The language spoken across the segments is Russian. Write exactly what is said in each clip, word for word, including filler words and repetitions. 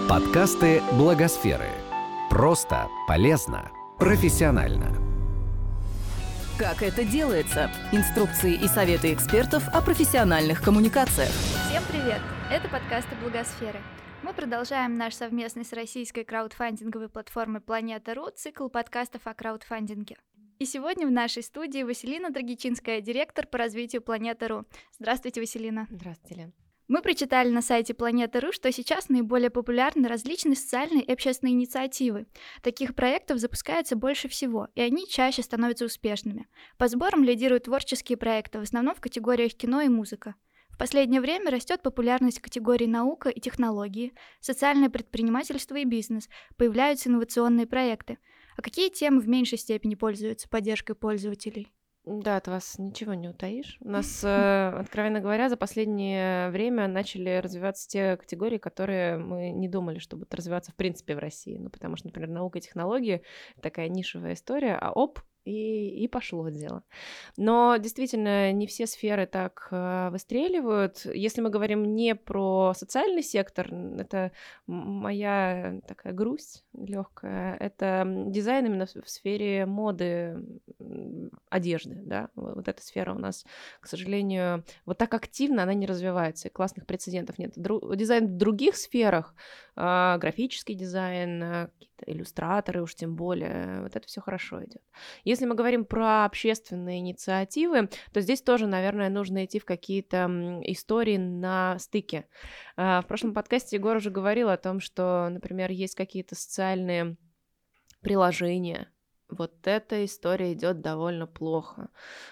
Подкасты Благосферы. Просто, полезно, профессионально. Как это делается? Инструкции и советы экспертов о профессиональных коммуникациях. Всем привет! Это подкасты Благосферы. Мы продолжаем наш совместный с российской краудфандинговой платформой Планета.ру цикл подкастов о краудфандинге. И сегодня в нашей студии Василина Драгичинская, директор по развитию Планета.ру. Здравствуйте, Василина. Здравствуйте, Лен. Мы прочитали на сайте Планета.ру, что сейчас наиболее популярны различные социальные и общественные инициативы. Таких проектов запускается больше всего, и они чаще становятся успешными. По сборам лидируют творческие проекты, в основном в категориях кино и музыка. В последнее время растет популярность категорий наука и технологии, социальное предпринимательство и бизнес, появляются инновационные проекты. А какие темы в меньшей степени пользуются поддержкой пользователей? Да, от вас ничего не утаишь. У нас, э, откровенно говоря, за последнее время начали развиваться те категории, которые мы не думали, что будут развиваться в принципе в России. Ну, потому что, например, наука и технологии — такая нишевая история, а оп, и, и пошло дело. Но действительно, не все сферы так э, выстреливают. Если мы говорим не про социальный сектор, это моя такая грусть легкая, это дизайн именно в сфере моды, одежды, да, вот эта сфера у нас, к сожалению, вот так активно она не развивается, и классных прецедентов нет. Дру- дизайн в других сферах, э, графический дизайн, э, какие-то иллюстраторы уж тем более, вот это все хорошо идет. Если мы говорим про общественные инициативы, то здесь тоже, наверное, нужно идти в какие-то истории на стыке. В прошлом подкасте Егор уже говорил о том, что, например, есть какие-то социальные приложения. Вот эта история идет довольно плохо.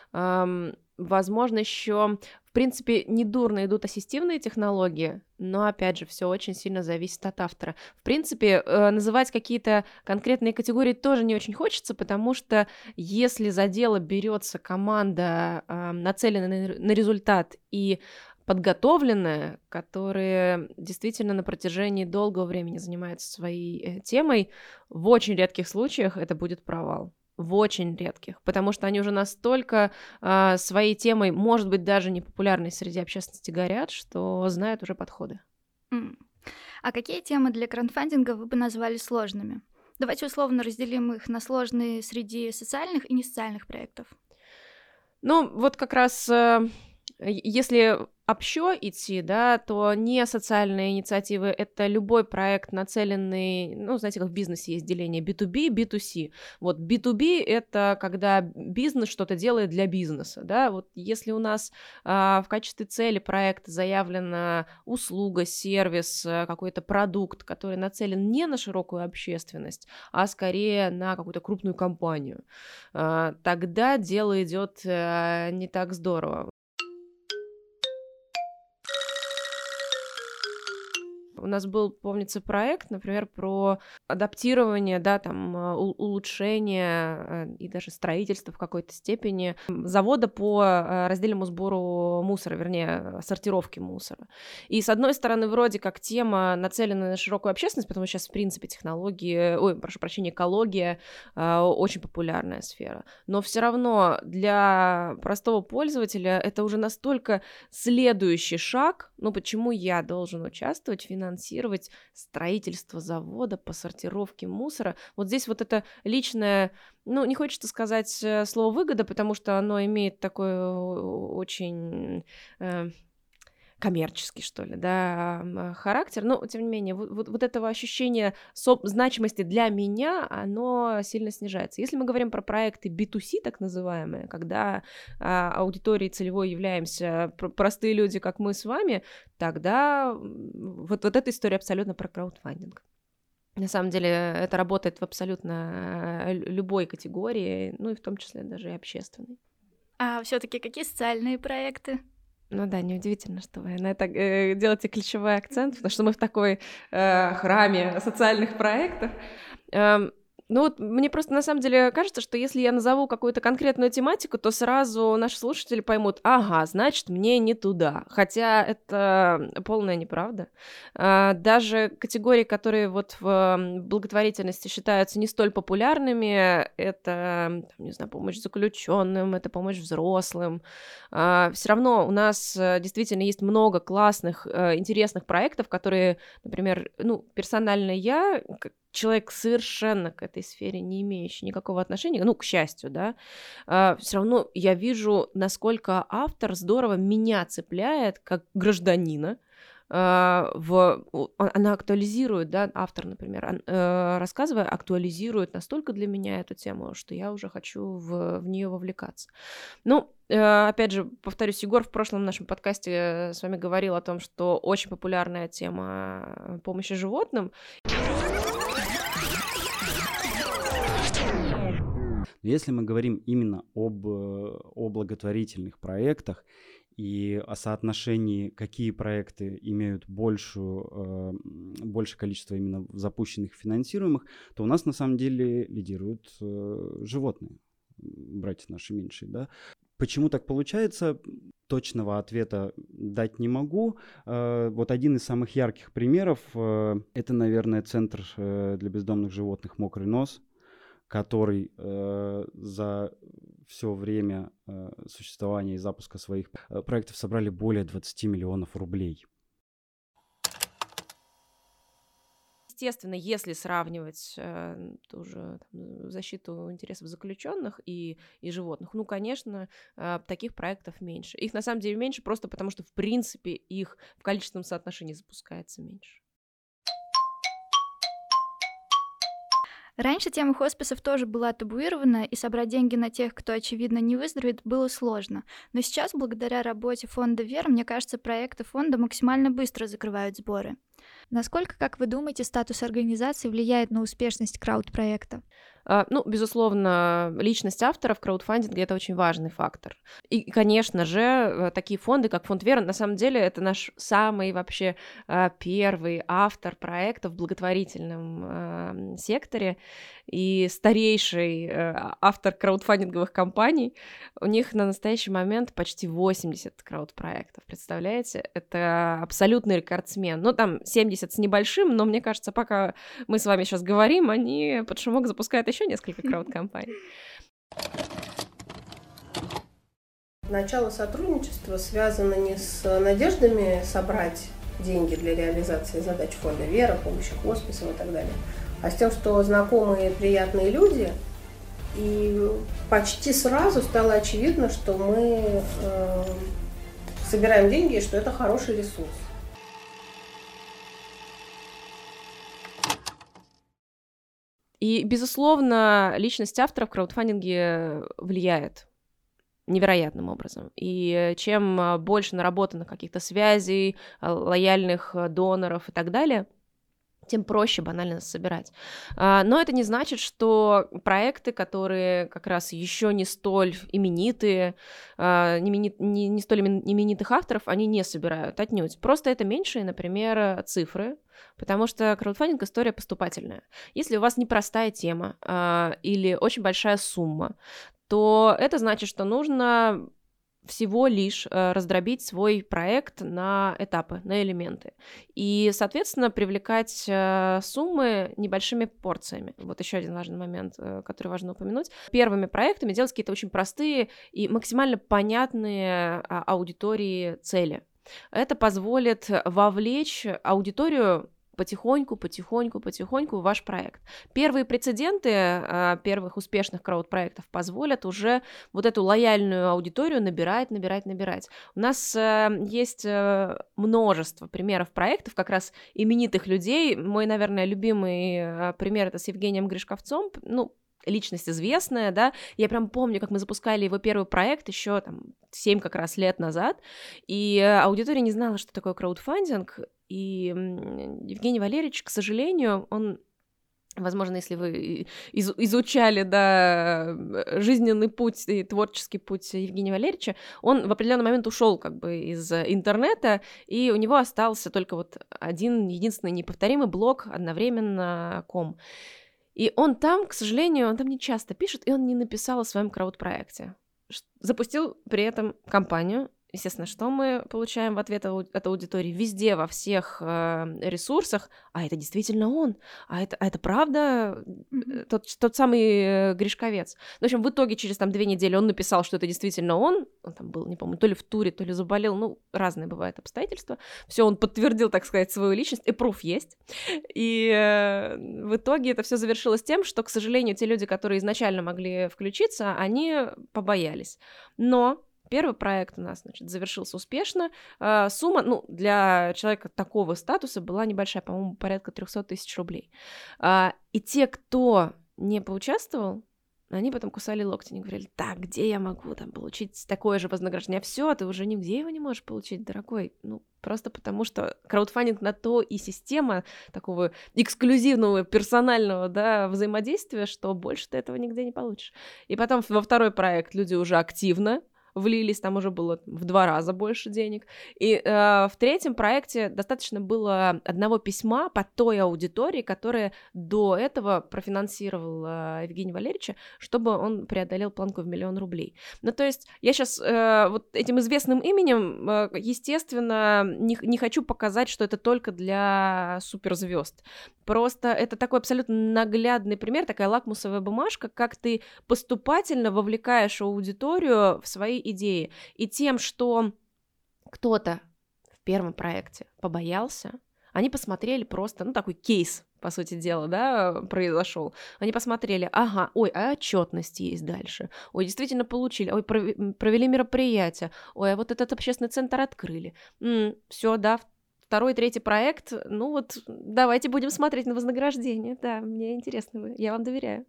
Возможно, еще, в принципе, недурно идут ассистивные технологии, но, опять же, все очень сильно зависит от автора. В принципе, называть какие-то конкретные категории тоже не очень хочется, потому что если за дело берется команда, нацеленная на результат и подготовленная, которые действительно на протяжении долгого времени занимаются своей темой, в очень редких случаях это будет провал. В очень редких, потому что они уже настолько э, своей темой, может быть, даже не популярной среди общественности горят, что знают уже подходы. Mm. А какие темы для краудфандинга вы бы назвали сложными? Давайте условно разделим их на сложные среди социальных и несоциальных проектов. Ну, вот как раз, э, если общо идти, да, то не социальные инициативы — это любой проект, нацеленный, ну, знаете, как в бизнесе есть деление би ту би, би ту си. Вот би ту би — это когда бизнес что-то делает для бизнеса, да, вот если у нас а, в качестве цели проекта заявлена услуга, сервис, какой-то продукт, который нацелен не на широкую общественность, а скорее на какую-то крупную компанию, а, тогда дело идет а, не так здорово. У нас был, помнится, проект, например, про адаптирование, да, там, улучшение и даже строительство в какой-то степени завода по раздельному сбору мусора, вернее, сортировке мусора. И, с одной стороны, вроде как тема нацелена на широкую общественность, потому что сейчас, в принципе, технологии, ой, прошу прощения, экология очень популярная сфера. Но все равно для простого пользователя это уже настолько следующий шаг, ну, почему я должен участвовать в финансовом финансировать строительство завода по сортировке мусора. Вот здесь вот это личное, ну, не хочется сказать слово «выгода», потому что оно имеет такой очень э, коммерческий, что ли, да, характер, но, тем не менее, вот, вот этого ощущения со- значимости для меня, оно сильно снижается. Если мы говорим про проекты би ту си, так называемые, когда а, аудиторией целевой являемся пр- простые люди, как мы с вами, тогда вот, вот эта история абсолютно про краудфандинг. На самом деле это работает в абсолютно любой категории, ну и в том числе даже и общественной. А все-таки какие социальные проекты? Ну да, неудивительно, что вы на это э, делаете ключевой акцент, потому что мы в такой э, храме социальных проектов. Э, Ну вот мне просто на самом деле кажется, что если я назову какую-то конкретную тематику, то сразу наши слушатели поймут, ага, значит, мне не туда. Хотя это полная неправда. А, даже категории, которые вот в благотворительности считаются не столь популярными, это, там, не знаю, помощь заключенным, это помощь взрослым. А, все равно у нас действительно есть много классных, интересных проектов, которые, например, ну, персонально я, как человек совершенно к этой сфере не имеющий никакого отношения, ну, к счастью, да, э, все равно я вижу, насколько автор здорово меня цепляет как гражданина. Э, в, она актуализирует, да, автор, например, э, рассказывая, актуализирует настолько для меня эту тему, что я уже хочу в, в нее вовлекаться. Ну, э, опять же, повторюсь, Егор в прошлом нашем подкасте с вами говорил о том, что очень популярная тема помощи животным. Если мы говорим именно об, о благотворительных проектах и о соотношении, какие проекты имеют большую, большее количество именно запущенных финансируемых, то у нас на самом деле лидируют животные, братья наши меньшие, да. Почему так получается? Точного ответа дать не могу. Вот один из самых ярких примеров – это, наверное, Центр для бездомных животных «Мокрый нос», который э, за все время э, существования и запуска своих э, проектов собрали более двадцать миллионов рублей. Естественно, если сравнивать э, ту же там, защиту интересов заключенных и, и животных, ну, конечно, э, таких проектов меньше. Их на самом деле меньше просто потому, что, в принципе, их в количественном соотношении запускается меньше. Раньше тема хосписов тоже была табуирована, и собрать деньги на тех, кто, очевидно, не выздоровеет, было сложно. Но сейчас, благодаря работе фонда «Вера», мне кажется, проекты фонда максимально быстро закрывают сборы. Насколько, как вы думаете, статус организации влияет на успешность крауд-проекта? Ну, безусловно, личность автора в краудфандинге – это очень важный фактор. И, конечно же, такие фонды, как фонд «Вера», на самом деле, это наш самый вообще первый автор проекта в благотворительном секторе и старейший автор краудфандинговых компаний. У них на настоящий момент почти восемьдесят крауд-проектов, представляете? Это абсолютный рекордсмен. Ну, там семьдесят с небольшим, но мне кажется, пока мы с вами сейчас говорим, они под шумок запускают еще несколько крауд-компаний. Начало сотрудничества связано не с надеждами собрать деньги для реализации задач фонда «Вера», помощи хосписам и так далее, а с тем, что знакомые приятные люди, и почти сразу стало очевидно, что мы э, собираем деньги и что это хороший ресурс. И, безусловно, личность автора в краудфандинге влияет невероятным образом. И чем больше наработано каких-то связей, лояльных доноров и так далее, тем проще банально собирать. Но это не значит, что проекты, которые как раз еще не столь именитые, не, не, не столь именитых авторов, они не собирают отнюдь. Просто это меньшие, например, цифры, потому что краудфандинг — история поступательная. Если у вас непростая тема или очень большая сумма, то это значит, что нужно всего лишь э, раздробить свой проект на этапы, на элементы. И, соответственно, привлекать э, суммы небольшими порциями. Вот еще один важный момент, э, который важно упомянуть. Первыми проектами делать какие-то очень простые и максимально понятные а, аудитории цели. Это позволит вовлечь аудиторию потихоньку, потихоньку, потихоньку в ваш проект. Первые прецеденты э, первых успешных крауд-проектов позволят уже вот эту лояльную аудиторию набирать, набирать, набирать. У нас э, есть э, множество примеров проектов, как раз именитых людей. Мой, наверное, любимый э, пример — это с Евгением Гришковцом. Ну, личность известная, да, я прям помню, как мы запускали его первый проект еще там семь как раз лет назад, и аудитория не знала, что такое краудфандинг, и Евгений Валерьевич, к сожалению, он, возможно, если вы из- изучали, да, жизненный путь и творческий путь Евгения Валерьевича, он в определенный момент ушел как бы из интернета, и у него остался только вот один единственный неповторимый блог одновременно ком. И он там, к сожалению, он там не часто пишет, и он не написал о своем крауд-проекте. Запустил при этом кампанию. Естественно, что мы получаем в ответ от аудитории? Везде, во всех э, ресурсах, а это действительно он, а это, а это правда mm-hmm. тот, тот самый э, Гришковец. В общем, в итоге через там две недели он написал, что это действительно он, он там был, не помню, то ли в туре, то ли заболел, ну, разные бывают обстоятельства. Все, он подтвердил, так сказать, свою личность, и пруф есть. И э, в итоге это все завершилось тем, что, к сожалению, те люди, которые изначально могли включиться, они побоялись. Но первый проект у нас, значит, завершился успешно. А, сумма, ну, для человека такого статуса была небольшая, по-моему, порядка триста тысяч рублей. А, и те, кто не поучаствовал, они потом кусали локти, они говорили: так, где я могу там получить такое же вознаграждение? А все, ты уже нигде его не можешь получить, дорогой. Ну, просто потому что краудфандинг на то и система такого эксклюзивного, персонального, да, взаимодействия, что больше ты этого нигде не получишь. И потом во второй проект люди уже активно влились, там уже было в два раза больше денег. И э, в третьем проекте достаточно было одного письма по той аудитории, которая до этого профинансировала Евгения Валерьевича, чтобы он преодолел планку в миллион рублей. Ну, то есть я сейчас э, вот этим известным именем, э, естественно, не, не хочу показать, что это только для суперзвезд. Просто это такой абсолютно наглядный пример, такая лакмусовая бумажка, как ты поступательно вовлекаешь аудиторию в свои идеи. И тем, что кто-то в первом проекте побоялся, они посмотрели просто, ну, такой кейс, по сути дела, да, произошел. Они посмотрели: ага, ой, а отчетность есть дальше, ой, действительно получили, ой, провели мероприятие, ой, а вот этот общественный центр открыли. М-м, все, да, второй, третий проект, ну вот, давайте будем смотреть на вознаграждение. Да, мне интересно, я вам доверяю.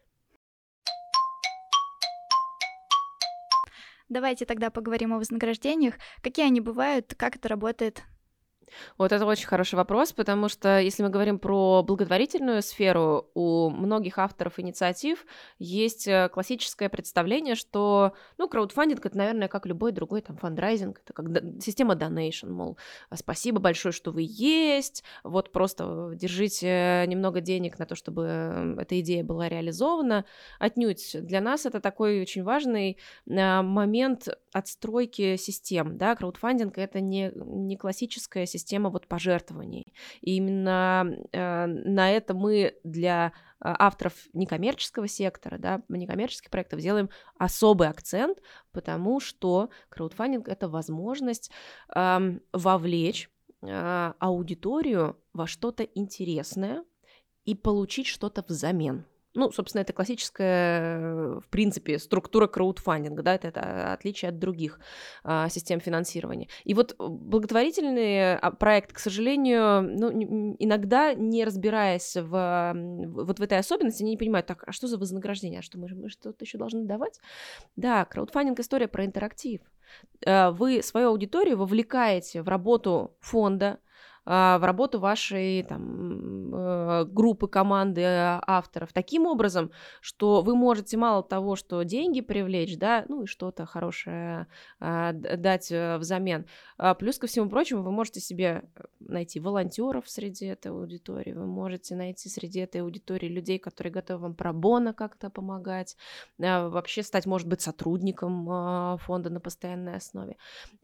Давайте тогда поговорим о вознаграждениях. Какие они бывают, как это работает? Вот это очень хороший вопрос, потому что если мы говорим про благотворительную сферу, у многих авторов инициатив есть классическое представление, что, ну, краудфандинг — это, наверное, как любой другой там фандрайзинг, это как до- система donation, мол, спасибо большое, что вы есть, вот просто держите немного денег на то, чтобы эта идея была реализована. Отнюдь. Для нас это такой очень важный а, момент отстройки систем, да, краудфандинг — это не, не классическая система система вот пожертвований. И именно э, на это мы для э, авторов некоммерческого сектора, да, некоммерческих проектов делаем особый акцент, потому что краудфандинг — это возможность э, вовлечь э, аудиторию во что-то интересное и получить что-то взамен. Ну, собственно, это классическая, в принципе, структура краудфандинга, да, это, это отличие от других а, систем финансирования. И вот благотворительный проект, к сожалению, ну, иногда, не разбираясь в, вот в этой особенности, они не понимают: так, а что за вознаграждение, а что мы, мы что-то еще должны давать? Да, краудфандинг — история про интерактив. Вы свою аудиторию вовлекаете в работу фонда, в работу вашей там, группы, команды авторов таким образом, что вы можете мало того, что деньги привлечь, да, ну и что-то хорошее дать взамен. Плюс ко всему прочему, вы можете себе найти волонтеров среди этой аудитории, вы можете найти среди этой аудитории людей, которые готовы вам пробоно как-то помогать, вообще стать, может быть, сотрудником фонда на постоянной основе.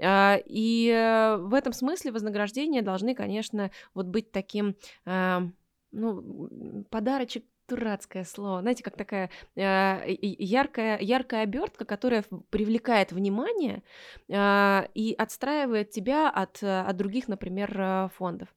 И в этом смысле вознаграждения должны, конечно, конечно, вот быть таким, э, ну, подарочек, дурацкое слово, знаете, как такая э, яркая, яркая обертка, которая привлекает внимание э, и отстраивает тебя от, от других, например, фондов.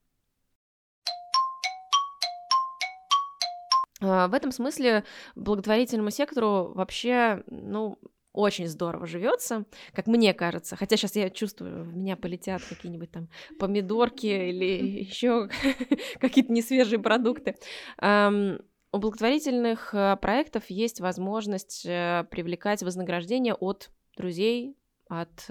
Э, в этом смысле благотворительному сектору вообще, ну, очень здорово живется, как мне кажется. Хотя сейчас я чувствую, в меня полетят какие-нибудь там помидорки или еще какие-то несвежие продукты. У благотворительных проектов есть возможность привлекать вознаграждение от друзей, от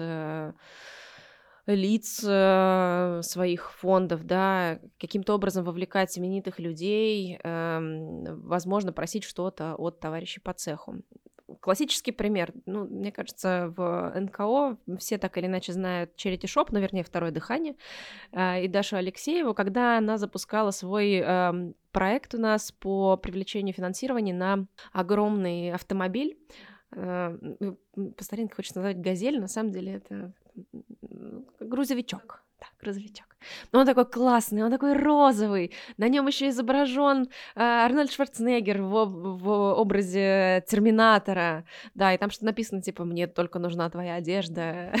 лиц своих фондов, да, каким-то образом вовлекать именитых людей, возможно, просить что-то от товарищей по цеху. классический пример. Ну, мне кажется, в эн ка о все так или иначе знают Charity Shop, ну, вернее, «Второе дыхание», и Дашу Алексееву, когда она запускала свой э, проект у нас по привлечению финансирования на огромный автомобиль. Э, по старинке хочется назвать «Газель», на самом деле это грузовичок. Да, грузовичок. Но он такой классный, он такой розовый. На нем еще изображен э, Арнольд Шварценеггер в, в образе Терминатора. Да, и там что-то написано, типа, «Мне только нужна твоя одежда».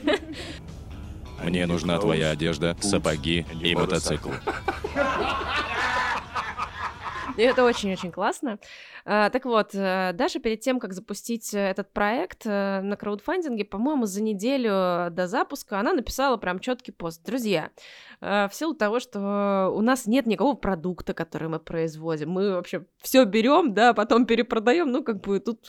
Мне нужна твоя одежда, сапоги и мотоцикл. И это очень-очень классно. А, так вот, Даша перед тем, как запустить этот проект на краудфандинге, по-моему, за неделю до запуска она написала прям четкий пост. Друзья, в силу того, что у нас нет никакого продукта, который мы производим, мы вообще все берем, да, потом перепродаем, ну, как бы тут...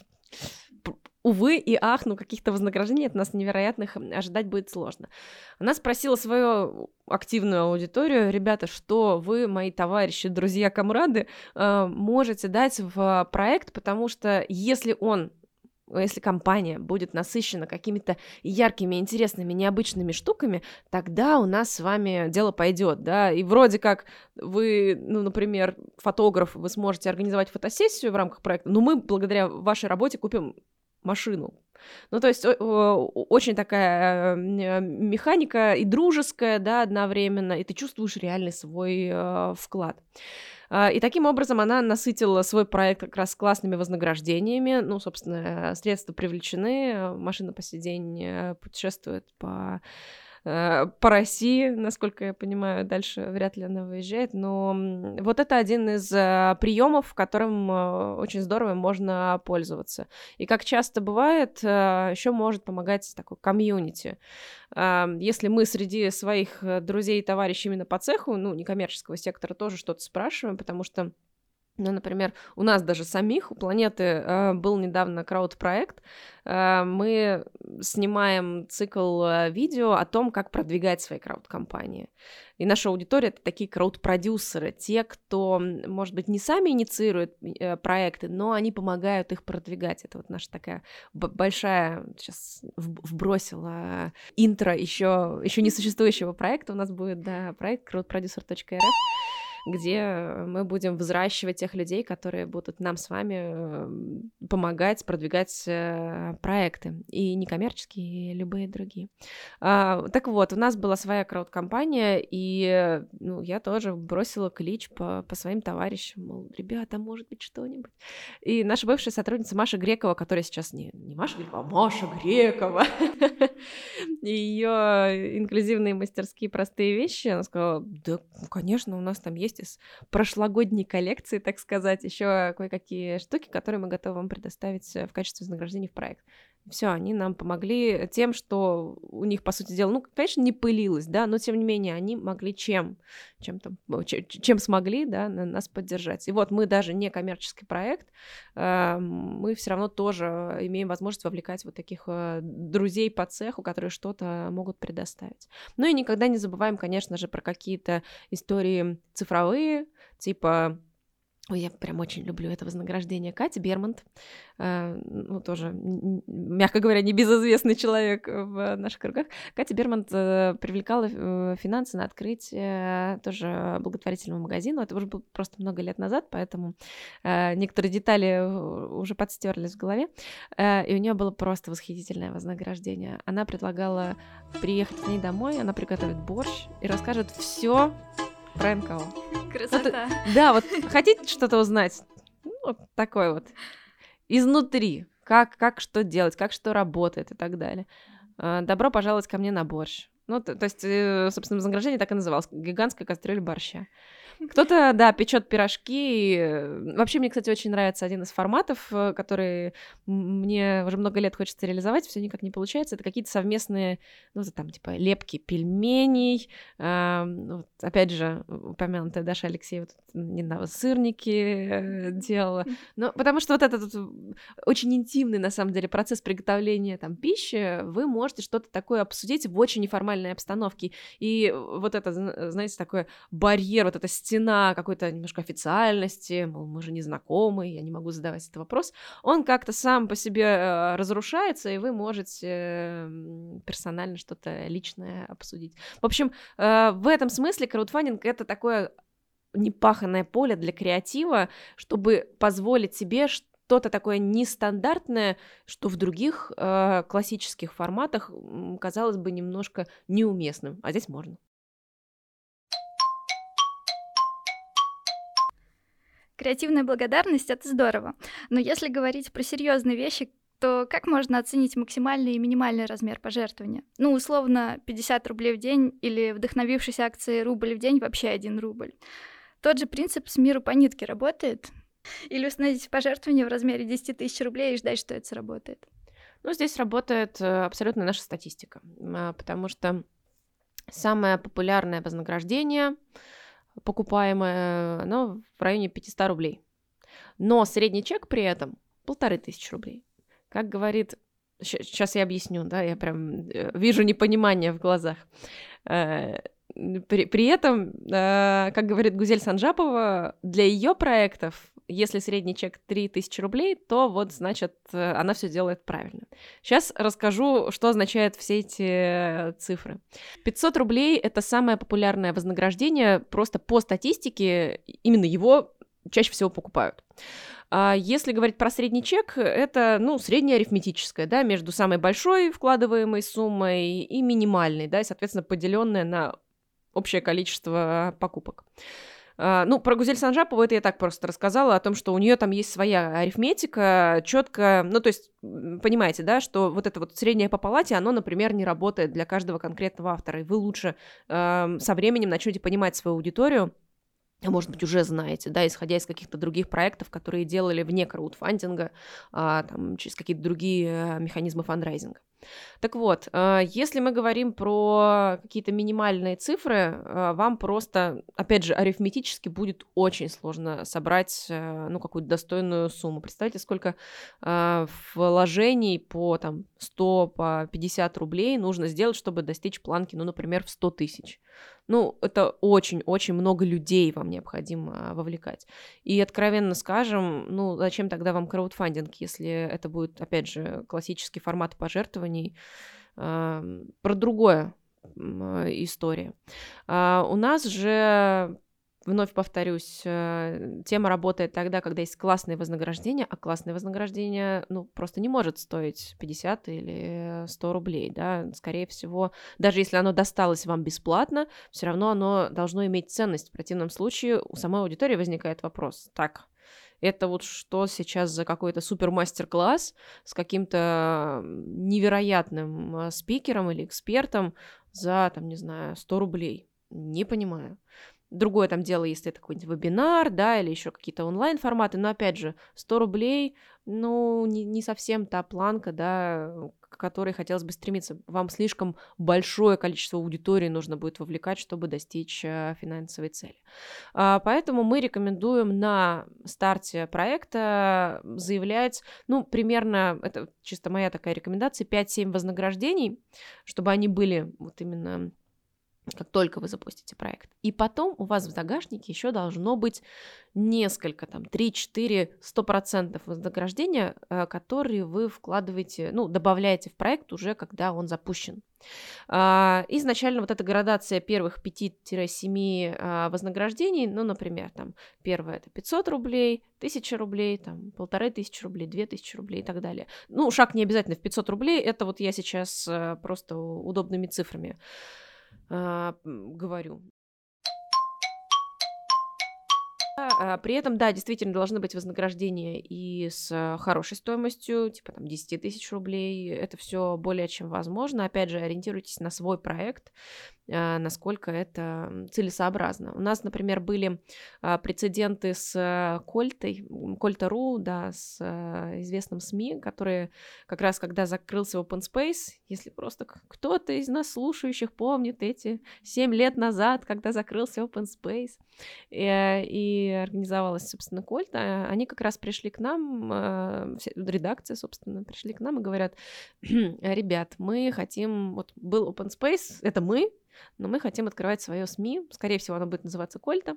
Увы и ах, ну каких-то вознаграждений от нас невероятных ожидать будет сложно. Она спросила свою активную аудиторию: ребята, что вы, мои товарищи, друзья, комрады, можете дать в проект, потому что если он, если компания будет насыщена какими-то яркими, интересными, необычными штуками, тогда у нас с вами дело пойдет, да, и вроде как вы, ну, например, фотограф, вы сможете организовать фотосессию в рамках проекта, но мы благодаря вашей работе купим машину. Ну, то есть очень такая механика и дружеская, да, одновременно, и ты чувствуешь реальный свой э, вклад. И таким образом она насытила свой проект как раз классными вознаграждениями. Ну, собственно, средства привлечены, машина по сей день путешествует по... по России, насколько я понимаю, дальше вряд ли она выезжает, но вот это один из приемов, которым очень здорово можно пользоваться. И как часто бывает, еще может помогать такой комьюнити. Если мы среди своих друзей и товарищей именно по цеху, ну, некоммерческого сектора, тоже что-то спрашиваем, потому что, ну, например, у нас даже самих, у Планеты, э, был недавно крауд-проект. Э, мы снимаем цикл э, видео о том, как продвигать свои крауд-компании. И наша аудитория — это такие крауд-продюсеры, те, кто, может быть, не сами инициируют э, проекты, но они помогают их продвигать. Это вот наша такая б- большая, сейчас в- вбросила интро еще, еще не существующего проекта. У нас будет, да, проект краудпродюсер точка эр эф, где мы будем взращивать тех людей, которые будут нам с вами помогать продвигать проекты, и некоммерческие, и любые другие. Так вот, у нас была своя крауд-компания, и ну, я тоже бросила клич по, по своим товарищам, мол, ребята, может быть, что-нибудь. И наша бывшая сотрудница Маша Грекова, которая сейчас не, не Маша Грекова, а Маша Грекова, и ее инклюзивные мастерские простые вещи, она сказала: да, конечно, у нас там есть из прошлогодней коллекции, так сказать, еще кое-какие штуки, которые мы готовы вам предоставить в качестве вознаграждения в проект. Все, они нам помогли тем, что у них, по сути дела, ну, конечно, не пылилось, да, но тем не менее они могли чем, чем, там, чем смогли, да, нас поддержать. И вот мы даже не коммерческий проект, мы все равно тоже имеем возможность вовлекать вот таких друзей по цеху, которые что-то могут предоставить. Ну и никогда не забываем, конечно же, про какие-то истории цифровые, типа... Ой, я прям очень люблю это вознаграждение. Кати Бермонт, э, ну, тоже, мягко говоря, небезызвестный человек в наших кругах. Катя Бермонт э, привлекала э, финансы на открытие тоже благотворительного магазина. Это уже было просто много лет назад, поэтому э, некоторые детали уже подстерлись в голове. Э, и у нее было просто восхитительное вознаграждение. Она предлагала приехать к ней домой, она приготовит борщ и расскажет все про эн ка о. Красота. Вот, да, вот хотите что-то узнать? Ну, вот такой вот. Изнутри. Как, как что делать, как что работает и так далее. Добро пожаловать ко мне на борщ. Ну, то, то есть, собственно, вознаграждение так и называлось. Гигантская кастрюля борща. Кто-то, да, печет пирожки. Вообще, мне, кстати, очень нравится один из форматов, который мне уже много лет хочется реализовать, все никак не получается. Это какие-то совместные, ну, там, типа, лепки пельменей. А, вот, опять же, упомянутая Даша Алексеева тут недавно сырники делала. Ну, потому что вот этот очень интимный, на самом деле, процесс приготовления там пищи, вы можете что-то такое обсудить в очень неформальном неформальной обстановке. И вот это, знаете, такой барьер, вот эта стена какой-то немножко официальности, мол, мы же не знакомы, я не могу задавать этот вопрос, он как-то сам по себе разрушается, и вы можете персонально что-то личное обсудить. В общем, в этом смысле краудфандинг — это такое непаханное поле для креатива, чтобы позволить себе что-то такое нестандартное, что в других э, классических форматах казалось бы немножко неуместным, а здесь можно. Креативная благодарность — это здорово, но если говорить про серьезные вещи, то как можно оценить максимальный и минимальный размер пожертвования? Ну, условно, пятьдесят рублей в день или, вдохновившись акцией рубль в день, вообще один рубль. Тот же принцип с миру по нитке работает? Или установить пожертвование в размере десять тысяч рублей и ждать, что это сработает? Ну, здесь работает абсолютно наша статистика, потому что самое популярное вознаграждение, покупаемое, оно в районе пятьсот рублей. Но средний чек при этом полторы тысячи рублей. Как говорит... Сейчас я объясню, да, я прям вижу непонимание в глазах. При, при этом, э, как говорит Гузель Санжапова, для ее проектов, если средний чек три тысячи рублей, то вот, значит, она все делает правильно. Сейчас расскажу, что означают все эти цифры. пятьсот рублей — это самое популярное вознаграждение, просто по статистике именно его чаще всего покупают. А если говорить про средний чек, это, ну, среднее арифметическое, да, между самой большой вкладываемой суммой и минимальной, да, и, соответственно, поделенное на общее количество покупок. Uh, ну, про Гузель Санжапову это я так просто рассказала, о том, что у нее там есть своя арифметика, четко, ну, то есть, понимаете, да, что вот это вот среднее по палате, оно, например, не работает для каждого конкретного автора, и вы лучше uh, со временем начнете понимать свою аудиторию, может быть, уже знаете, да, исходя из каких-то других проектов, которые делали вне краудфандинга, uh, там, через какие-то другие механизмы фандрайзинга. Так вот, если мы говорим про какие-то минимальные цифры, вам просто, опять же, арифметически будет очень сложно собрать, ну, какую-то достойную сумму. Представьте, сколько вложений по там, сто, по пятьдесят рублей нужно сделать, чтобы достичь планки, ну, например, в сто тысяч. Ну, это очень-очень много людей вам необходимо вовлекать. И, откровенно скажем, ну, зачем тогда вам краудфандинг, если это будет, опять же, классический формат пожертвований? Э, про другое э, история. Э, у нас же... Вновь повторюсь, тема работает тогда, когда есть классные вознаграждения, а классное вознаграждение, ну, просто не может стоить пятьдесят или сто рублей, да, скорее всего, даже если оно досталось вам бесплатно, все равно оно должно иметь ценность. В противном случае у самой аудитории возникает вопрос: так, это вот что сейчас за какой-то супер-мастер-класс с каким-то невероятным спикером или экспертом за, там, не знаю, сто рублей? Не понимаю. Другое там дело, если это какой-нибудь вебинар, да, или еще какие-то онлайн-форматы, но, опять же, сто рублей, ну, не, не совсем та планка, да, к которой хотелось бы стремиться. Вам слишком большое количество аудитории нужно будет вовлекать, чтобы достичь а, финансовой цели. А, поэтому мы рекомендуем на старте проекта заявлять, ну, примерно, это чисто моя такая рекомендация, пять-семь вознаграждений, чтобы они были вот именно... как только вы запустите проект. И потом у вас в загашнике еще должно быть несколько, там, три-четыре сто процентов вознаграждения, которые вы вкладываете, ну, добавляете в проект уже, когда он запущен. Изначально вот эта градация первых пяти-семи вознаграждений, ну, например, там, первое это пятьсот рублей, тысяча рублей, там, полторы тысячи рублей, две тысячи рублей и так далее. Ну, шаг не обязательно в пятьсот рублей, это вот я сейчас просто удобными цифрами говорю. При этом, да, действительно должны быть вознаграждения и с хорошей стоимостью, типа там десять тысяч рублей. Это все более чем возможно. Опять же, ориентируйтесь на свой проект. насколько это целесообразно. У нас, например, были прецеденты с Кольтой, Кольта.ру, да, с известным СМИ, которые как раз когда закрылся Open Space, если просто кто-то из нас слушающих помнит эти семь лет назад, когда закрылся Open Space, и, и организовалась, собственно, Кольта, они как раз пришли к нам, редакция, собственно, пришли к нам и говорят: ребят, мы хотим, вот был Open Space, это мы, но мы хотим открывать свое СМИ, скорее всего, оно будет называться Кольта,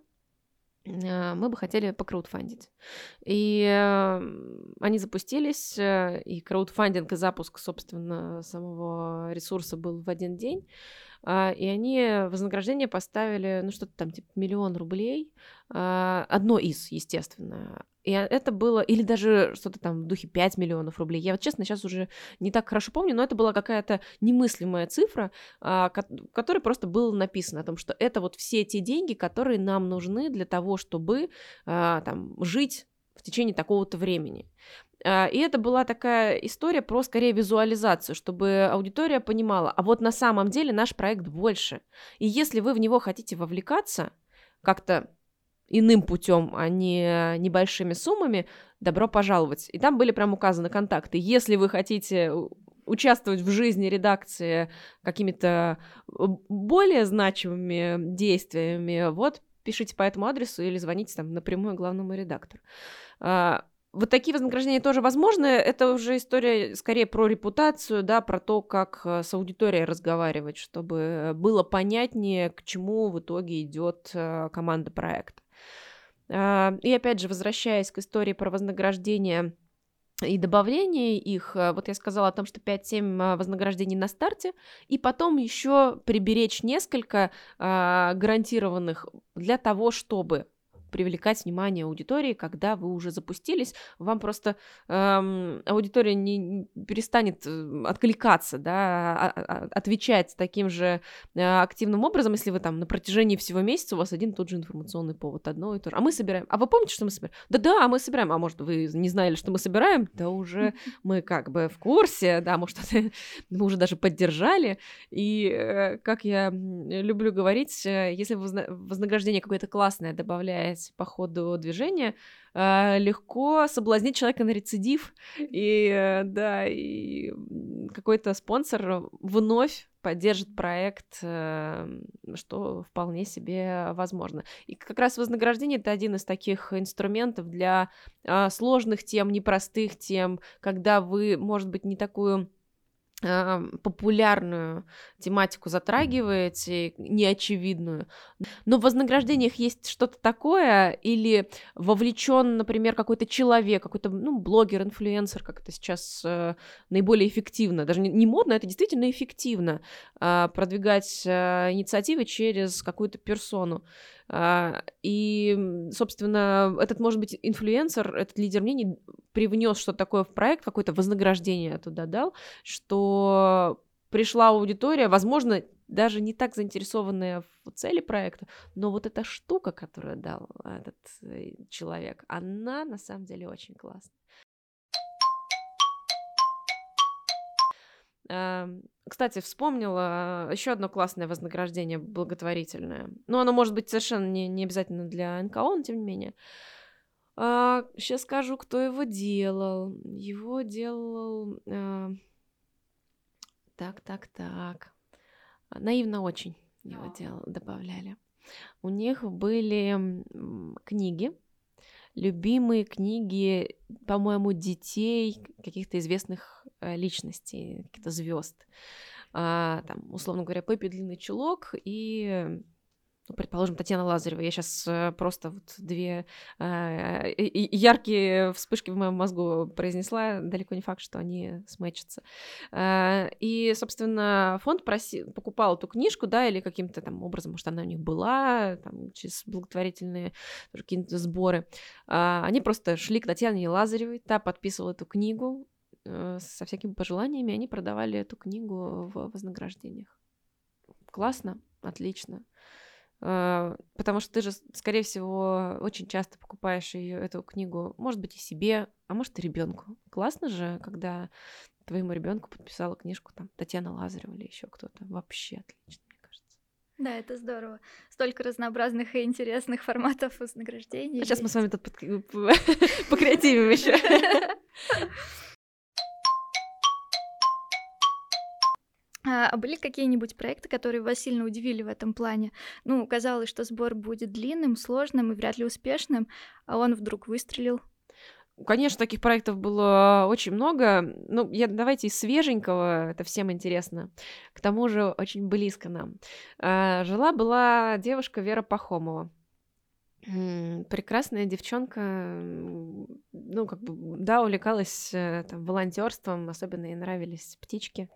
мы бы хотели покраудфандить. И они запустились, и краудфандинг и запуск, собственно, самого ресурса был в один день, и они вознаграждение поставили, ну, что-то там, типа, миллион рублей, одно из, естественно. И это было, или даже что-то там в духе пять миллионов рублей. Я вот, честно, сейчас уже не так хорошо помню, но это была какая-то немыслимая цифра, в которой просто было написано о том, что это вот все те деньги, которые нам нужны для того, чтобы там жить в течение такого-то времени. И это была такая история про, скорее, визуализацию, чтобы аудитория понимала, а вот на самом деле наш проект больше. И если вы в него хотите вовлекаться как-то иным путем, а не небольшими суммами, добро пожаловать. И там были прям указаны контакты. Если вы хотите участвовать в жизни редакции какими-то более значимыми действиями, вот пишите по этому адресу или звоните там напрямую главному редактору. Вот такие вознаграждения тоже возможны. Это уже история скорее про репутацию, да, про то, как с аудиторией разговаривать, чтобы было понятнее, к чему в итоге идет команда проекта. И опять же, возвращаясь к истории про вознаграждение и добавление их, вот я сказала о том, что пять-семь вознаграждений на старте, и потом еще приберечь несколько гарантированных для того, чтобы привлекать внимание аудитории, когда вы уже запустились, вам просто эм, аудитория не, не перестанет откликаться, да, а, а, отвечать таким же э, активным образом, если вы там на протяжении всего месяца у вас один и тот же информационный повод, одно и то же. А мы собираем. А вы помните, что мы собираем? Да-да, мы собираем. А может, вы не знали, что мы собираем? Да уже мы как бы в курсе, да, может, мы уже даже поддержали. И, э, как я люблю говорить, если вознаграждение какое-то классное добавляете по ходу движения, э, легко соблазнить человека на рецидив, и, э, да, и какой-то спонсор вновь поддержит проект, э, что вполне себе возможно. И как раз вознаграждение — это один из таких инструментов для э, сложных тем, непростых тем, когда вы, может быть, не такую популярную тематику затрагиваете, неочевидную, но в вознаграждениях есть что-то такое, или вовлечен, например, какой-то человек, какой-то, ну, блогер, инфлюенсер, как это сейчас э, наиболее эффективно, даже не, не модно, это действительно эффективно, э, продвигать э, инициативы через какую-то персону. Uh, и, собственно, этот, может быть, инфлюенсер, этот лидер мнений привнес что-то такое в проект, какое-то вознаграждение туда дал, что пришла аудитория, возможно, даже не так заинтересованная в цели проекта, но вот эта штука, которую дал этот человек, она на самом деле очень классная. Кстати, вспомнила еще одно классное вознаграждение благотворительное. Ну, оно может быть совершенно не, не обязательно для эн ка о, но тем не менее. А, сейчас скажу, кто его делал. Его делал... А... Так, так, так. Наивно очень его делал, добавляли. У них были книги, любимые книги, по-моему, детей, каких-то известных личностей, каких-то звезд. А, там, условно говоря, Пеппи Длинный Чулок и, ну, предположим, Татьяна Лазарева. Я сейчас просто вот две а, яркие вспышки в моем мозгу произнесла. Далеко не факт, что они сметчатся. А, и, собственно, фонд проси... покупал эту книжку, да, или каким-то там образом, может, она у них была, там, через благотворительные какие-то сборы. А, они просто шли к Татьяне Лазаревой, та подписывала эту книгу э, со всякими пожеланиями, они продавали эту книгу в вознаграждениях. Классно, отлично. Потому что ты же, скорее всего, очень часто покупаешь ее, эту книгу, может быть, и себе, а может, и ребенку. Классно же, когда твоему ребенку подписала книжку там Татьяна Лазарева или еще кто-то. Вообще отлично, мне кажется. Да, это здорово. Столько разнообразных и интересных форматов вознаграждения. А сейчас мы с вами тут покреативим еще. А были какие-нибудь проекты, которые вас сильно удивили в этом плане? Ну, казалось, что сбор будет длинным, сложным и вряд ли успешным, а он вдруг выстрелил. Конечно, таких проектов было очень много. Ну, я, давайте из свеженького, это всем интересно. К тому же очень близко нам. А, жила-была девушка Вера Пахомова. Прекрасная девчонка, ну, как бы, да, увлекалась там волонтерством, особенно ей нравились птички.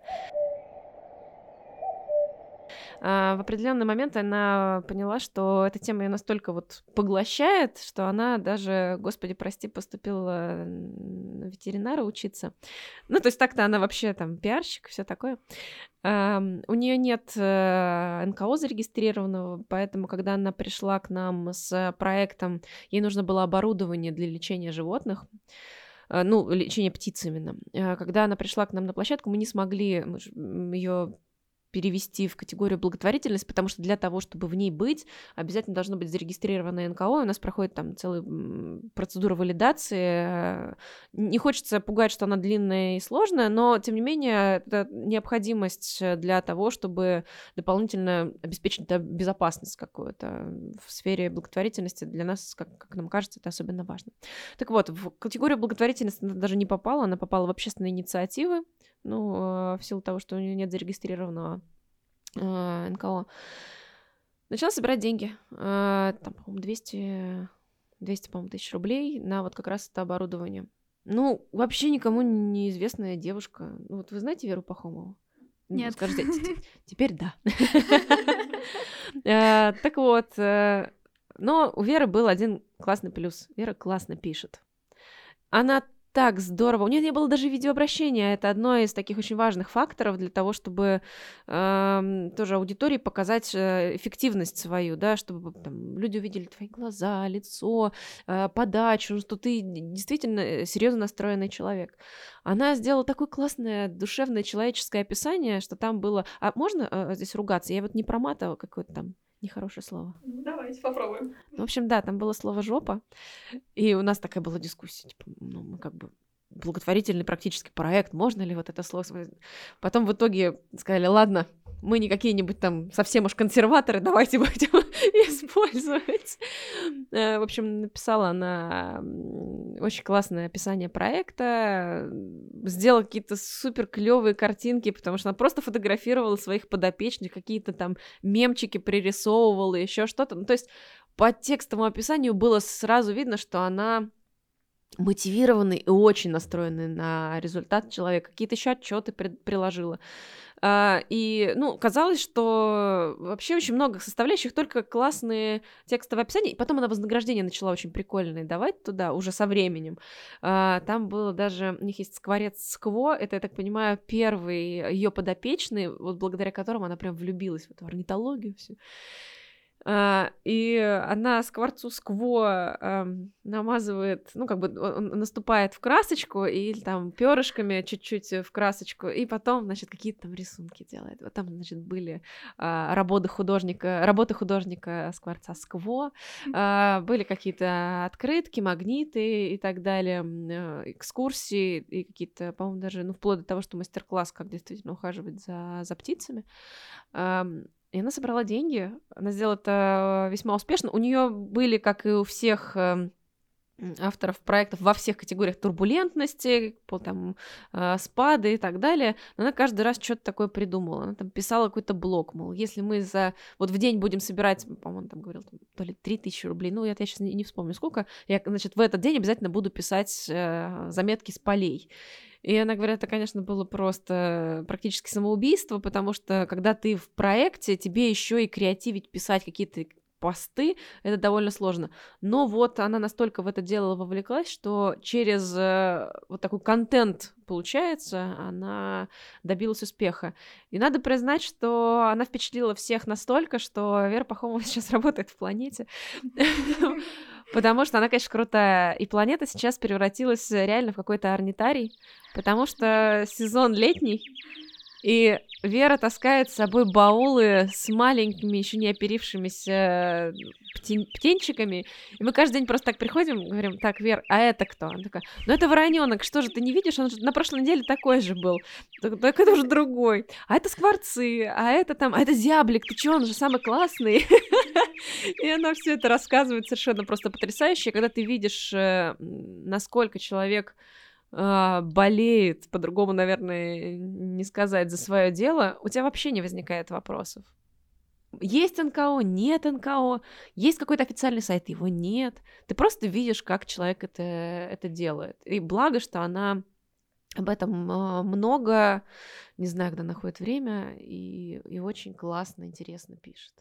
В определенный момент она поняла, что эта тема ее настолько вот поглощает, что она даже, господи, прости, поступила на ветеринара учиться. Ну, то есть так-то она вообще там пиарщик, все такое. У нее нет эн ка о зарегистрированного, поэтому, когда она пришла к нам с проектом, ей нужно было оборудование для лечения животных, ну, лечения птиц именно. Когда она пришла к нам на площадку, мы не смогли ее перевести в категорию благотворительность, потому что для того, чтобы в ней быть, обязательно должно быть зарегистрированное эн ка о, и у нас проходит там целая процедура валидации. Не хочется пугать, что она длинная и сложная, но, тем не менее, это необходимость для того, чтобы дополнительно обеспечить безопасность какую-то в сфере благотворительности. Для нас, как, как нам кажется, это особенно важно. Так вот, в категорию благотворительности она даже не попала, она попала в общественные инициативы, ну, в силу того, что у нее нет зарегистрированного эн ка о. Начала собирать деньги. Там, по-моему, двести, двести, по-моему, тысяч рублей на вот как раз это оборудование. Ну, вообще никому неизвестная девушка. Ну, вот вы знаете Веру Пахомову? Нет. Скажите, теперь да. Так вот, но у Веры был один классный плюс. Вера классно пишет. Она так здорово. У нее не было даже видеообращения. Это одно из таких очень важных факторов для того, чтобы э, тоже аудитории показать эффективность свою, да, чтобы там, люди увидели твои глаза, лицо, э, подачу, что ты действительно серьезно настроенный человек. Она сделала такое классное, душевное, человеческое описание, что там было... А можно э, здесь ругаться? Я вот не проматывала какое-то там нехорошее слово. Ну, давайте попробуем. В общем, да, там было слово «жопа», и у нас такая была дискуссия, типа, ну, мы как бы благотворительный практически проект, можно ли вот это слово... Потом в итоге сказали, ладно, мы не какие-нибудь там совсем уж консерваторы, давайте будем использовать. В общем, написала она очень классное описание проекта, сделала какие-то супер клевые картинки, потому что она просто фотографировала своих подопечных, какие-то там мемчики пририсовывала, еще что-то. Ну, то есть по текстовому описанию было сразу видно, что она мотивированный и очень настроенный на результат человек. Какие-то еще отчеты при- приложила. А, и, ну, казалось, что вообще очень много составляющих, только классные текстовые описания. И потом она вознаграждение начала очень прикольное давать туда, уже со временем. А, там было даже, у них есть скворец Скво, это, я так понимаю, первый ее подопечный, вот благодаря которому она прям влюбилась в эту орнитологию всю. Uh, и она скворцу Скво uh, намазывает, ну, как бы он наступает в красочку и там перышками чуть-чуть в красочку, и потом, значит, какие-то там рисунки делает. Вот там, значит, были uh, работы художника, работы художника скворца Скво, uh, были какие-то открытки, магниты и так далее, uh, экскурсии и какие-то, по-моему, даже, ну, вплоть до того, что мастер-класс, как действительно ухаживать за, за птицами. Uh, И она собрала деньги, она сделала это весьма успешно. У нее были, как и у всех авторов проектов, во всех категориях турбулентности, там, спады и так далее. Но она каждый раз что-то такое придумала. Она там писала какой-то блог, мол, если мы за... Вот в день будем собирать, по-моему, он там говорил, там, то ли три тысячи рублей, ну, я, я сейчас не, не вспомню сколько, я, значит, в этот день обязательно буду писать э, заметки с полей. И она говорит, это, конечно, было просто практически самоубийство, потому что когда ты в проекте, тебе еще и креативить, писать какие-то посты, это довольно сложно. Но вот она настолько в это дело вовлеклась, что через э, вот такой контент, получается, она добилась успеха. И надо признать, что она впечатлила всех настолько, что Вера Пахомова сейчас работает в «Планете». Потому что она, конечно, крутая. И «Планета» сейчас превратилась реально в какой-то орнитарий, потому что сезон летний, И Вера таскает с собой баулы с маленькими, еще не оперившимися птен- птенчиками. И мы каждый день просто так приходим, говорим: так, Вер, а это кто? Она такая: ну это вороненок, что же ты не видишь? Он же на прошлой неделе такой же был. Так, так это уже другой. А это скворцы, а это там, а это зяблик, ты чё, он же самый классный. И она все это рассказывает совершенно просто потрясающе. Когда ты видишь, э, насколько человек э, болеет, по-другому, наверное, не сказать, за свое дело, у тебя вообще не возникает вопросов. Есть эн ка о, нет эн ка о, есть какой-то официальный сайт, его нет. Ты просто видишь, как человек это, это делает. И благо, что она об этом э, много, не знаю, когда находит время, и, и очень классно, интересно пишет.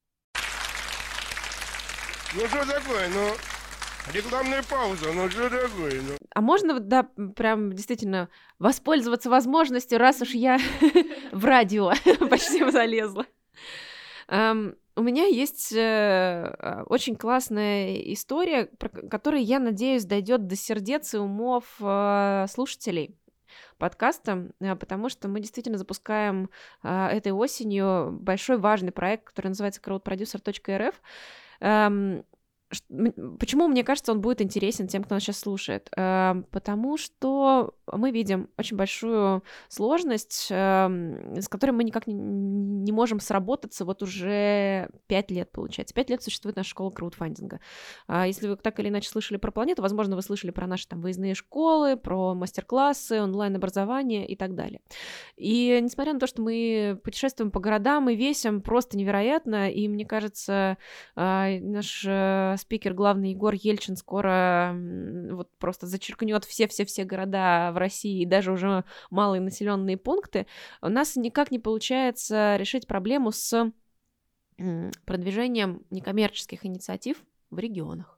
Ну что такое, ну, рекламная пауза, ну что такое, ну. А можно, да, прям действительно воспользоваться возможностью, раз уж я в радио почти залезла. Um, у меня есть э, очень классная история, про которая, я надеюсь, дойдет до сердец и умов э, слушателей подкаста, э, потому что мы действительно запускаем э, этой осенью большой важный проект, который называется краудпродюсер точка эр эф. Эм, Почему, мне кажется, он будет интересен тем, кто нас сейчас слушает? Потому что мы видим очень большую сложность, с которой мы никак не можем сработаться вот уже пять лет, получается. Пять лет существует наша школа краудфандинга. Если вы так или иначе слышали про планету, возможно, вы слышали про наши там выездные школы, про мастер-классы, онлайн-образование и так далее. И несмотря на то, что мы путешествуем по городам и весим просто невероятно, и мне кажется, наш спикер главный Егор Ельчин скоро вот просто зачеркнет все-все-все города в России и даже уже малые населенные пункты, у нас никак не получается решить проблему с продвижением некоммерческих инициатив в регионах.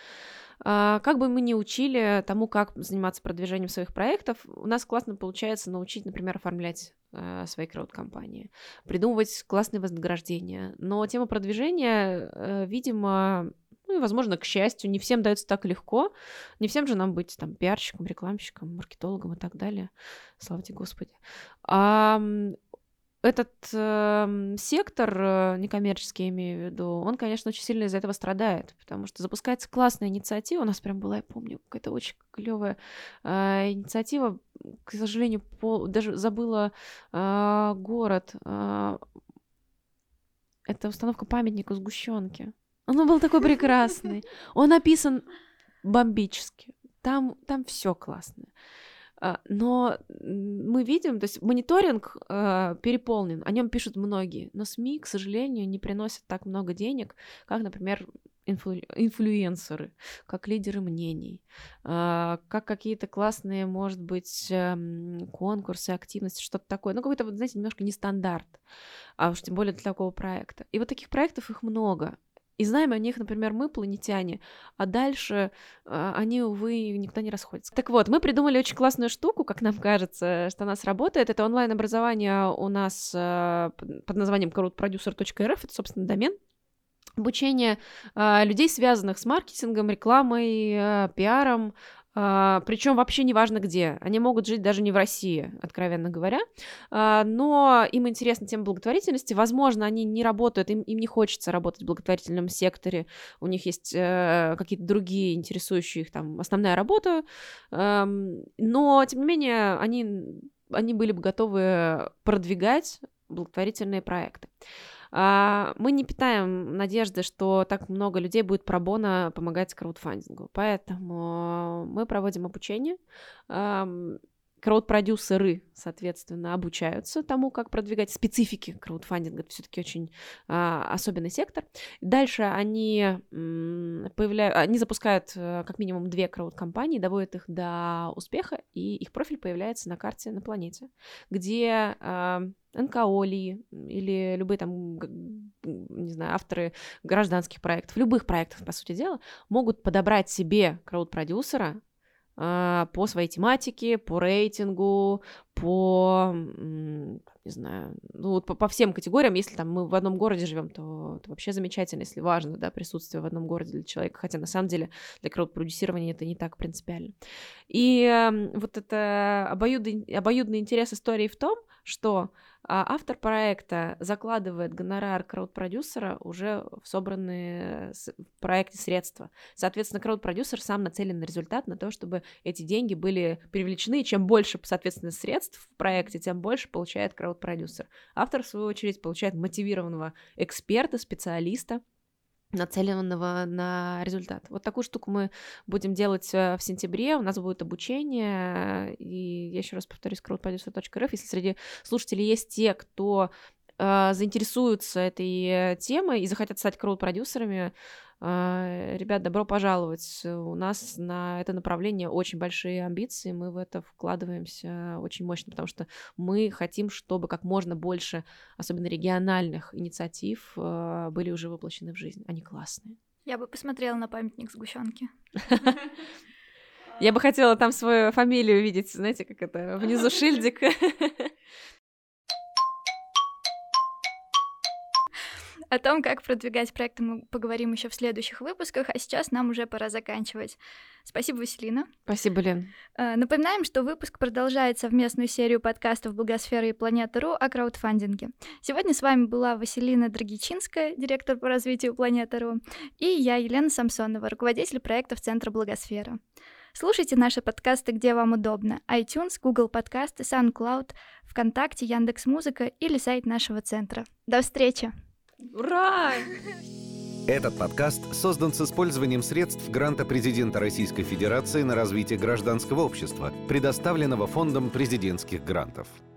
Как бы мы ни учили тому, как заниматься продвижением своих проектов, у нас классно получается научить, например, оформлять э, свои крауд-компании, придумывать классные вознаграждения. Но тема продвижения, э, видимо, ну и, возможно, к счастью, не всем дается так легко. Не всем же нам быть там пиарщиком, рекламщиком, маркетологом и так далее. Слава тебе, Господи. А этот э, сектор э, некоммерческий, я имею в виду, он, конечно, очень сильно из-за этого страдает, потому что запускается классная инициатива. У нас прям была, я помню, какая-то очень клевая э, инициатива. К сожалению, по, даже забыла э, город. Э, это установка памятника сгущенки. Он был такой прекрасный. Он написан бомбически. Там, там все классно. Но мы видим, то есть мониторинг э, переполнен, о нем пишут многие, но СМИ, к сожалению, не приносят так много денег, как, например, инфлю- инфлюенсеры, как лидеры мнений, э, как какие-то классные, может быть, э, конкурсы, активности, что-то такое. Ну, какой-то, вот, знаете, немножко не стандарт, а уж тем более для такого проекта. И вот таких проектов их много. И знаем о них, например, мы, планетяне, а дальше э, они, увы, никуда не расходятся. Так вот, мы придумали очень классную штуку, как нам кажется, что у нас работает. Это онлайн-образование у нас э, под названием краудпродюсер точка эр эф, это, собственно, домен. Обучение э, людей, связанных с маркетингом, рекламой, э, пиаром, Uh, причем вообще неважно где. Они могут жить даже не в России, откровенно говоря. Uh, но им интересна тема благотворительности. Возможно, они не работают, им, им не хочется работать в благотворительном секторе. У них есть uh, какие-то другие интересующие их там основная работа. Uh, но, тем не менее, они, они были бы готовы продвигать благотворительные проекты. Мы не питаем надежды, что так много людей будет пробона помогать краудфандингу, поэтому мы проводим обучение. Краудпродюсеры, соответственно, обучаются тому, как продвигать специфики краудфандинга. Это все-таки очень а, особенный сектор. Дальше они, м, появляют, они запускают а, как минимум две крауд-компании, доводят их до успеха, и их профиль появляется на карте на планете, где а, эн ка о ли или любые там, не знаю, авторы гражданских проектов, любых проектов, по сути дела, могут подобрать себе крауд-продюсера по своей тематике, по рейтингу, по не знаю, ну вот по, по всем категориям, если там мы в одном городе живем, то это вообще замечательно, если важно, да, присутствие в одном городе для человека, хотя на самом деле для краудпродюсирования это не так принципиально. И э, вот это обоюдный, обоюдный интерес истории в том, что а, автор проекта закладывает гонорар краудпродюсера уже в собранные в проекте средства. Соответственно, краудпродюсер сам нацелен на результат, на то, чтобы эти деньги были привлечены. Чем больше, соответственно, средств в проекте, тем больше получает краудпродюсер. Автор, в свою очередь, получает мотивированного эксперта, специалиста, нацеленного на результат. Вот такую штуку мы будем делать в сентябре. У нас будет обучение. И я еще раз повторюсь, краудпродюсер точка эр эф. Если среди слушателей есть те, кто э, заинтересуются этой темой и захотят стать краудпродюсерами, э, ребят, добро пожаловать. У нас на это направление очень большие амбиции. Мы в это вкладываемся очень мощно, потому что мы хотим, чтобы как можно больше, особенно региональных инициатив, э, были уже воплощены в жизнь. Они классные. Я бы посмотрела на памятник сгущенки. Я бы хотела там свою фамилию видеть, знаете, как это, внизу шильдик. О том, как продвигать проекты, мы поговорим еще в следующих выпусках, а сейчас нам уже пора заканчивать. Спасибо, Василина. Спасибо, Лен. Напоминаем, что выпуск продолжает совместную серию подкастов «Благосфера» и «Планета.ру» о краудфандинге. Сегодня с вами была Василина Драгичинская, директор по развитию «Планета.ру», и я, Елена Самсонова, руководитель проектов Центра «Благосфера». Слушайте наши подкасты, где вам удобно: iTunes, Google подкасты, SoundCloud, ВКонтакте, Яндекс.Музыка или сайт нашего центра. До встречи! Ура! Этот подкаст создан с использованием средств гранта президента Российской Федерации на развитие гражданского общества, предоставленного Фондом президентских грантов.